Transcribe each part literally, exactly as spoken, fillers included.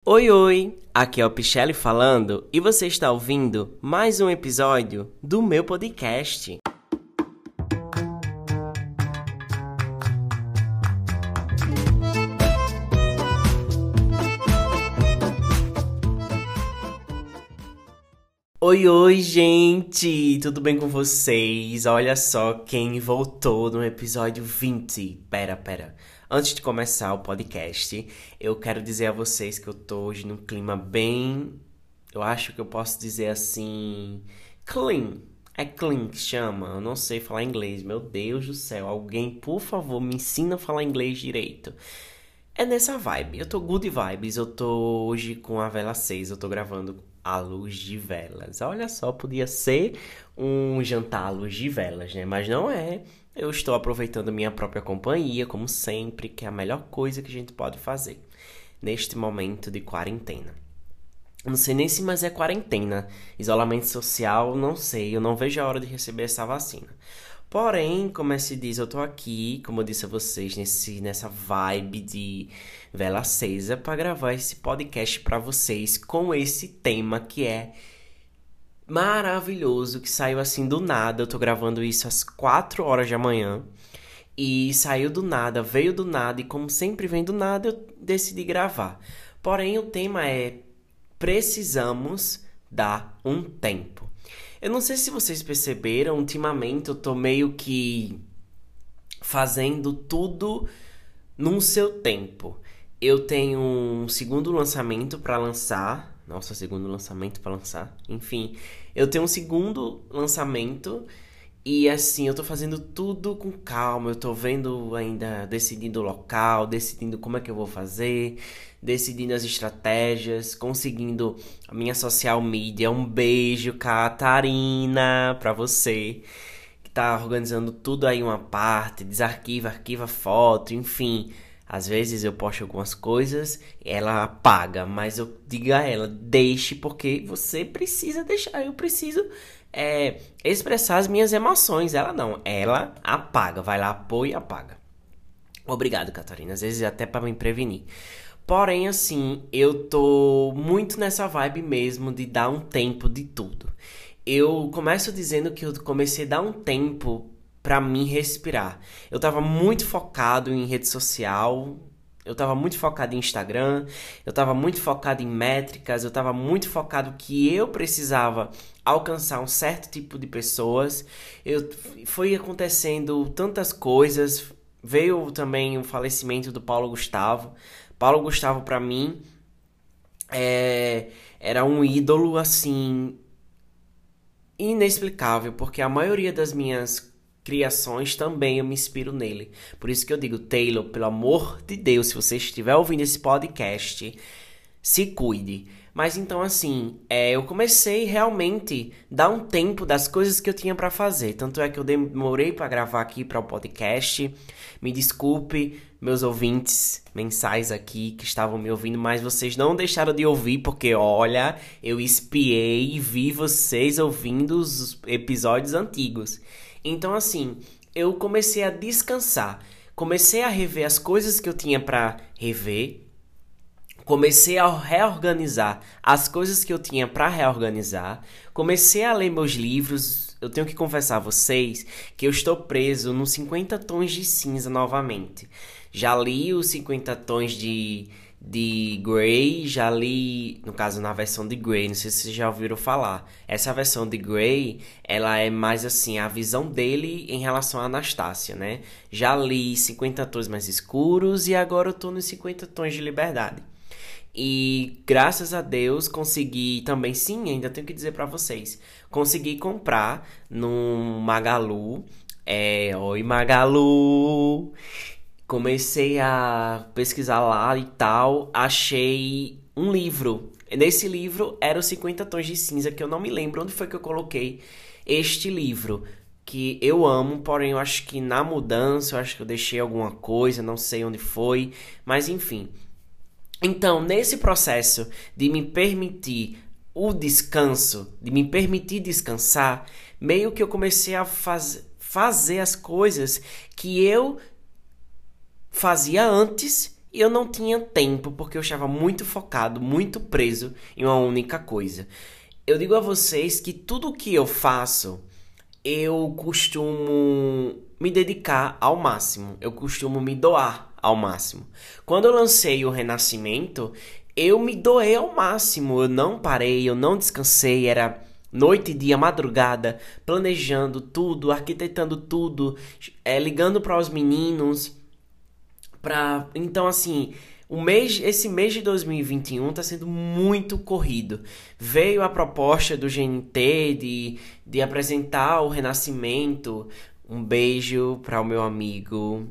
Oi, oi! Aqui é o Pichelli falando e você está ouvindo mais um episódio do meu podcast. Oi, oi, gente! Tudo bem com vocês? Olha só quem voltou no episódio vinte. Pera, pera. Antes de começar o podcast, eu quero dizer a vocês que eu tô hoje num clima bem... Eu acho que eu posso dizer assim... Clean. É clean que chama. Eu não sei falar inglês. Meu Deus do céu. Alguém, por favor, me ensina a falar inglês direito. É nessa vibe. Eu tô good vibes. Eu tô hoje com a vela acesa. Eu tô gravando à luz de velas. Olha só, podia ser um jantar à luz de velas, né? Mas não é. Eu estou aproveitando minha própria companhia, como sempre, que é a melhor coisa que a gente pode fazer neste momento de quarentena. Não sei nem se mais é quarentena. Isolamento social, não sei. Eu não vejo a hora de receber essa vacina. Porém, como se diz, eu tô aqui, como eu disse a vocês, nesse, nessa vibe de vela acesa para gravar esse podcast para vocês com esse tema que é maravilhoso, que saiu assim do nada. Eu tô gravando isso às quatro horas da manhã e saiu do nada, veio do nada e como sempre vem do nada, eu decidi gravar. Porém, o tema é precisamos dar um tempo. Eu não sei se vocês perceberam, ultimamente eu tô meio que fazendo tudo num seu tempo. Eu tenho um segundo lançamento para lançar. Nossa, segundo lançamento para lançar. Enfim, eu tenho um segundo lançamento e assim, eu tô fazendo tudo com calma. Eu tô vendo ainda, decidindo o local, decidindo como é que eu vou fazer, decidindo as estratégias, conseguindo a minha social media. Um beijo, Catarina, pra você que tá organizando tudo aí uma parte, desarquiva, arquiva foto, enfim. Às vezes eu posto algumas coisas, ela apaga, mas eu digo a ela, deixe porque você precisa deixar, eu preciso é, expressar as minhas emoções. Ela não, ela apaga, vai lá, apoia e apaga. Obrigado, Catarina, às vezes até pra me prevenir. Porém, assim, eu tô muito nessa vibe mesmo de dar um tempo de tudo. Eu começo dizendo que eu comecei a dar um tempo pra mim respirar. Eu tava muito focado em rede social, eu tava muito focado em Instagram, eu tava muito focado em métricas, eu tava muito focado que eu precisava alcançar um certo tipo de pessoas. Eu, foi acontecendo tantas coisas, veio também o falecimento do Paulo Gustavo. Paulo Gustavo, pra mim, é, era um ídolo, assim, inexplicável, porque a maioria das minhas criações também eu me inspiro nele. Por isso que eu digo, Taylor, pelo amor de Deus, se você estiver ouvindo esse podcast, se cuide. Mas então, assim, é, eu comecei realmente a dar um tempo das coisas que eu tinha pra fazer. Tanto é que eu demorei pra gravar aqui para o podcast. Me desculpe, meus ouvintes mensais aqui que estavam me ouvindo, mas vocês não deixaram de ouvir, porque olha, eu espiei e vi vocês ouvindo os episódios antigos. Então, assim, eu comecei a descansar. Comecei a rever as coisas que eu tinha pra rever. Comecei a reorganizar as coisas que eu tinha para reorganizar. Comecei a ler meus livros. Eu tenho que confessar a vocês que eu estou preso nos cinquenta tons de cinza novamente. Já li os cinquenta tons de, de Grey, já li, no caso, na versão de Grey, não sei se vocês já ouviram falar. Essa versão de Grey, ela é mais assim, a visão dele em relação a Anastácia, né? Já li cinquenta tons mais escuros e agora eu tô nos cinquenta tons de liberdade. E graças a Deus consegui também, sim, ainda tenho que dizer pra vocês, consegui comprar no Magalu, é, oi Magalu, comecei a pesquisar lá e tal, achei um livro, nesse livro era os cinquenta tons de cinza, que eu não me lembro onde foi que eu coloquei este livro, que eu amo, porém eu acho que na mudança, eu acho que eu deixei alguma coisa, não sei onde foi, mas enfim. Então, nesse processo de me permitir o descanso, de me permitir descansar, meio que eu comecei a faz, fazer as coisas que eu fazia antes E eu não tinha tempo porque eu estava muito focado, muito preso em uma única coisa. Eu digo a vocês que tudo que eu faço, eu costumo me dedicar ao máximo. Eu costumo me doar ao máximo. Quando eu lancei o Renascimento, eu me doei ao máximo. Eu não parei, eu não descansei. Era noite, dia, madrugada, planejando tudo, arquitetando tudo, é, ligando para os meninos. Pra... Então, assim, o mês, esse mês de dois mil e vinte e um tá sendo muito corrido. Veio a proposta do G N T de, de apresentar o Renascimento. Um beijo para o meu amigo.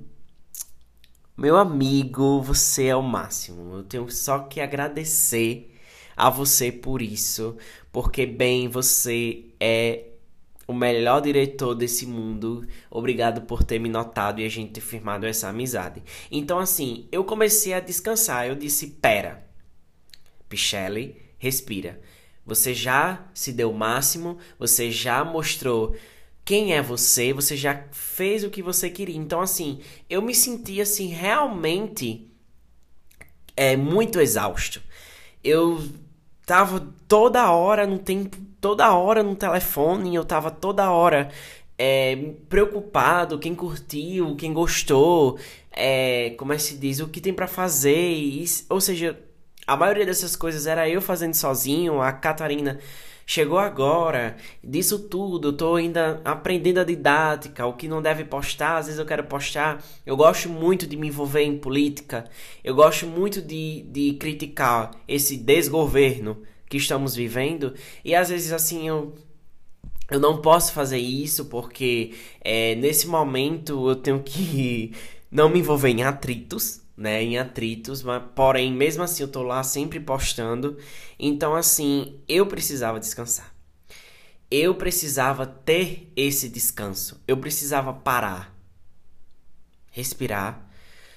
Meu amigo, você é o máximo. Eu tenho só que agradecer a você por isso. Porque, bem, você é o melhor diretor desse mundo. Obrigado por ter me notado e a gente ter firmado essa amizade. Então, assim, eu comecei a descansar. Eu disse, pera, Pichelle, respira. Você já se deu o máximo, você já mostrou quem é você, você já fez o que você queria. Então, assim, eu me senti, assim, realmente é, muito exausto. Eu tava toda hora no tempo, toda hora no telefone, eu tava toda hora é, preocupado, quem curtiu, quem gostou, é, como é que se diz, o que tem pra fazer, e, ou seja, a maioria dessas coisas era eu fazendo sozinho. A Catarina chegou agora, disso tudo, eu tô ainda aprendendo a didática, o que não deve postar, às vezes eu quero postar. Eu gosto muito de me envolver em política, eu gosto muito de, de criticar esse desgoverno que estamos vivendo, e às vezes assim, eu, eu não posso fazer isso porque é, nesse momento eu tenho que não me envolver em atritos, né, em atritos, mas porém, mesmo assim eu tô lá sempre postando. Então, assim, eu precisava descansar. Eu precisava ter esse descanso. Eu precisava parar, respirar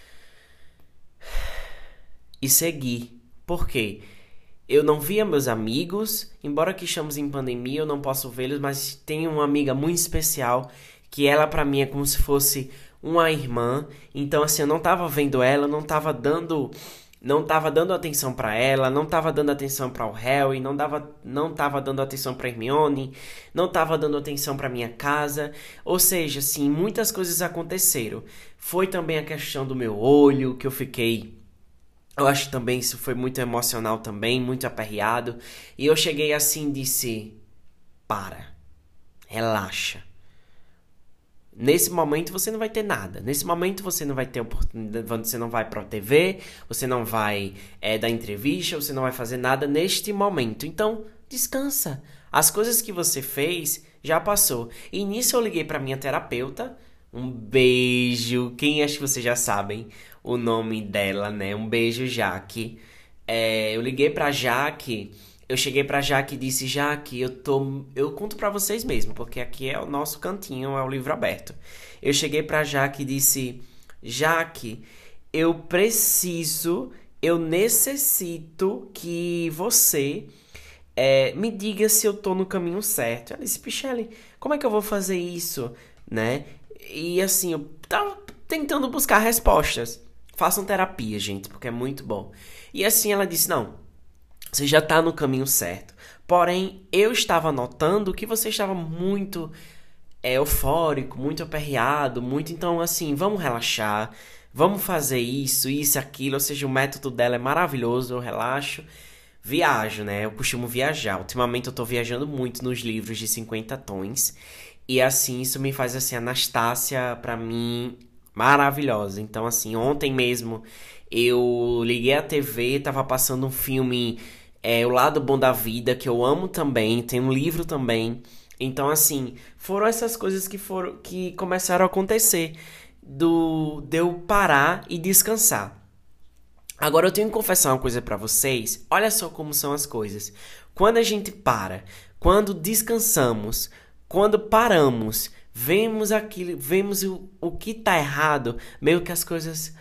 e seguir. Por quê? Eu não via meus amigos, embora que estamos em pandemia, eu não posso vê-los, mas tenho uma amiga muito especial que ela pra mim é como se fosse uma irmã. Então, assim, eu não tava vendo ela, eu não tava dando, não tava dando atenção pra ela, não tava dando atenção para o Harry, não dava, não tava dando atenção pra Hermione, não tava dando atenção pra minha casa. Ou seja, assim, muitas coisas aconteceram. Foi também a questão do meu olho, que eu fiquei, eu acho que também isso foi muito emocional também, muito aperreado. E eu cheguei assim e disse, para, relaxa. Nesse momento você não vai ter nada. Nesse momento você não vai ter oportunidade. Você não vai pra T V. Você não vai é, dar entrevista. Você não vai fazer nada neste momento. Então, descansa. As coisas que você fez já passou. E nisso eu liguei pra minha terapeuta. Um beijo. Quem acha que vocês já sabem o nome dela, né? Um beijo, Jaque. É, eu liguei pra Jaque. Eu cheguei pra Jaque e disse, Jaque, eu tô... Eu conto pra vocês mesmo, porque aqui é o nosso cantinho, é o livro aberto. Eu cheguei pra Jaque e disse, Jaque, eu preciso, eu necessito que você é, me diga se eu tô no caminho certo. Ela disse, Pichelle, como é que eu vou fazer isso, né? E assim, eu tava tentando buscar respostas. Façam terapia, gente, porque é muito bom. E assim ela disse, não, você já tá no caminho certo. Porém, eu estava notando que você estava muito é, eufórico, muito aperreado, muito... Então, assim, vamos relaxar, vamos fazer isso, isso, aquilo. Ou seja, o método dela é maravilhoso, eu relaxo, viajo, né? Eu costumo viajar. Ultimamente eu tô viajando muito nos livros de cinquenta tons. E, assim, isso me faz, assim, Anastácia, pra mim, maravilhosa. Então, assim, ontem mesmo eu liguei a T V, tava passando um filme... É O Lado Bom da Vida, que eu amo também, tem um livro também. Então, assim, foram essas coisas que foram que começaram a acontecer, do, de eu parar e descansar. Agora eu tenho que confessar uma coisa pra vocês, olha só como são as coisas. Quando a gente para, quando descansamos, quando paramos, vemos aquilo, vemos o, o que tá errado, meio que as coisas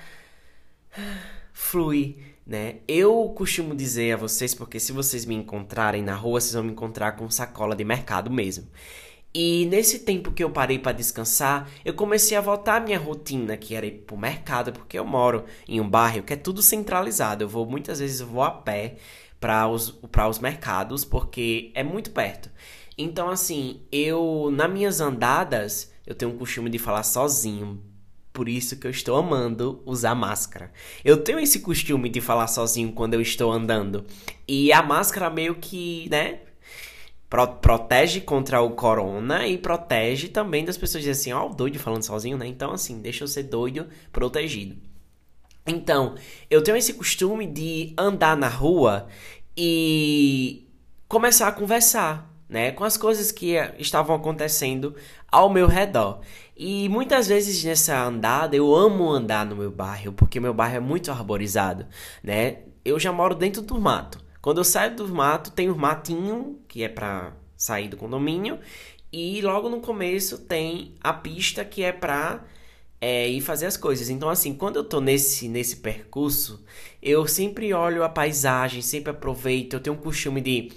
fluem. Né? Eu costumo dizer a vocês, porque se vocês me encontrarem na rua, vocês vão me encontrar com sacola de mercado mesmo. E nesse tempo que eu parei para descansar, eu comecei a voltar à minha rotina, que era ir pro mercado, porque eu moro em um bairro que é tudo centralizado. Eu vou muitas vezes eu vou a pé para os para os mercados, porque é muito perto. Então assim, eu nas minhas andadas, eu tenho um costume de falar sozinho. Por isso que eu estou amando usar máscara. Eu tenho esse costume de falar sozinho quando eu estou andando. E a máscara meio que, né, Pro- protege contra o corona e protege também das pessoas dizerem assim, ó, o doido falando sozinho, né? Então, assim, deixa eu ser doido protegido. Então, eu tenho esse costume de andar na rua e começar a conversar, né, com as coisas que eh, estavam acontecendo ao meu redor. E muitas vezes nessa andada, eu amo andar no meu bairro, porque meu bairro é muito arborizado, né? Eu já moro dentro do mato. Quando eu saio do mato, tem um matinho, que é pra sair do condomínio, e logo no começo tem a pista que é pra é, ir fazer as coisas. Então, assim, quando eu tô nesse, nesse percurso, eu sempre olho a paisagem, sempre aproveito. Eu tenho um costume de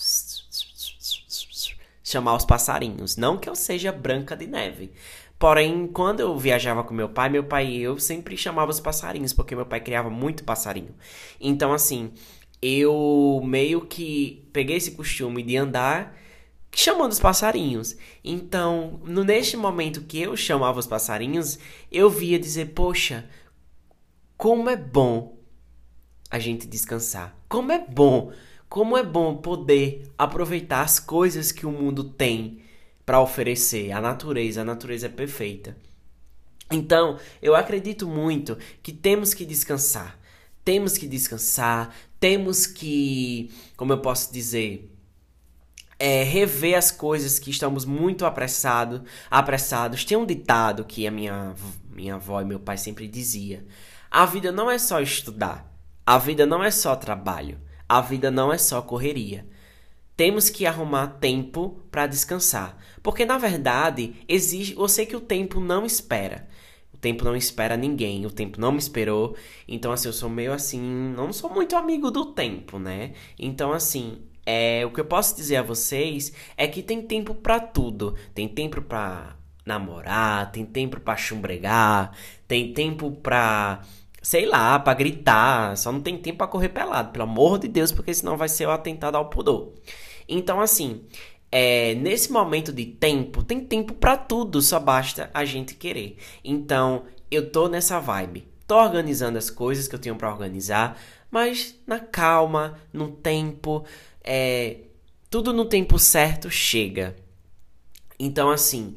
chamar os passarinhos. Não que eu seja Branca de Neve. Porém, quando eu viajava com meu pai, meu pai e eu sempre chamava os passarinhos, porque meu pai criava muito passarinho. Então, assim, eu meio que peguei esse costume de andar chamando os passarinhos. Então, no, neste momento que eu chamava os passarinhos, eu via dizer, poxa, como é bom a gente descansar. Como é bom, como é bom poder aproveitar as coisas que o mundo tem para oferecer. A natureza, a natureza é perfeita. Então, eu acredito muito que temos que descansar. Temos que descansar, temos que, como eu posso dizer, é, rever as coisas que estamos muito apressado, apressados. Tem um ditado que a minha, minha avó e meu pai sempre dizia. A vida não é só estudar. A vida não é só trabalho. A vida não é só correria. Temos que arrumar tempo para descansar. Porque, na verdade, existe, eu sei que o tempo não espera. O tempo não espera ninguém. O tempo não me esperou. Então, assim, eu sou meio assim... Não sou muito amigo do tempo, né? Então, assim... É, o que eu posso dizer a vocês é que tem tempo pra tudo. Tem tempo pra namorar, tem tempo pra chumbregar, tem tempo pra, sei lá, pra gritar. Só não tem tempo pra correr pelado, pelo amor de Deus, porque senão vai ser o atentado ao pudor. Então, assim, é, nesse momento de tempo, tem tempo pra tudo, só basta a gente querer. Então, eu tô nessa vibe. Tô organizando as coisas que eu tenho pra organizar, mas na calma, no tempo... É, tudo no tempo certo chega. Então, assim,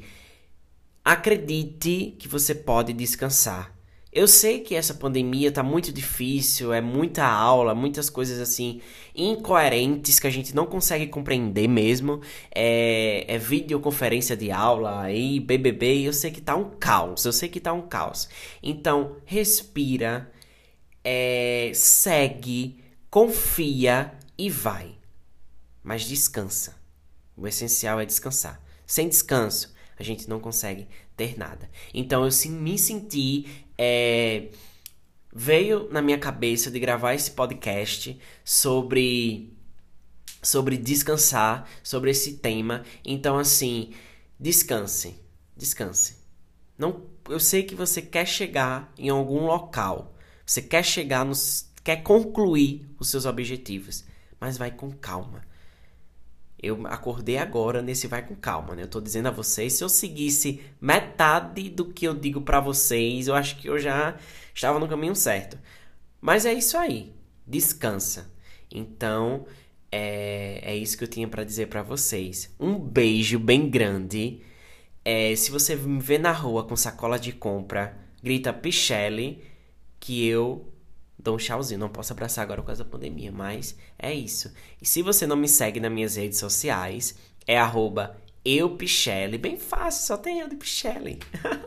acredite que você pode descansar. Eu sei que essa pandemia tá muito difícil, é muita aula, muitas coisas assim incoerentes que a gente não consegue compreender mesmo. É, é videoconferência de aula, aí B B B, eu sei que tá um caos, eu sei que tá um caos. Então, respira, é, segue, confia e vai. Mas descansa. O essencial é descansar. Sem descanso, a gente não consegue ter nada. Então eu sim, me senti... É, veio na minha cabeça de gravar esse podcast sobre, sobre descansar, sobre esse tema. Então assim, descanse. Descanse. Não, eu sei que você quer chegar em algum local. Você quer chegar nos... quer concluir os seus objetivos. Mas vai com calma. Eu acordei agora nesse vai com calma, né? Eu tô dizendo a vocês, se eu seguisse metade do que eu digo pra vocês, eu acho que eu já estava no caminho certo. Mas é isso aí, descansa. Então, é, é isso que eu tinha pra dizer pra vocês. Um beijo bem grande. É, se você me vê na rua com sacola de compra, grita Pichelle, que eu... dou um tchauzinho, não posso abraçar agora por causa da pandemia, mas é isso. E se você não me segue nas minhas redes sociais, é arroba eupichelle, bem fácil, só tem eu de Pichelle.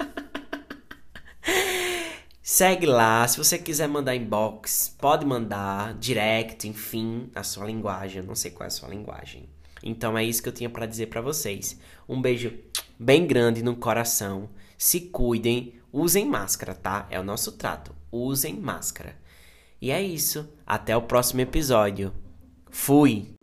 Segue lá, se você quiser mandar inbox, pode mandar, direct, enfim, a sua linguagem, eu não sei qual é a sua linguagem. Então é isso que eu tinha pra dizer pra vocês. Um beijo bem grande no coração, se cuidem, usem máscara, tá? É o nosso trato, usem máscara. E é isso. Até o próximo episódio. Fui!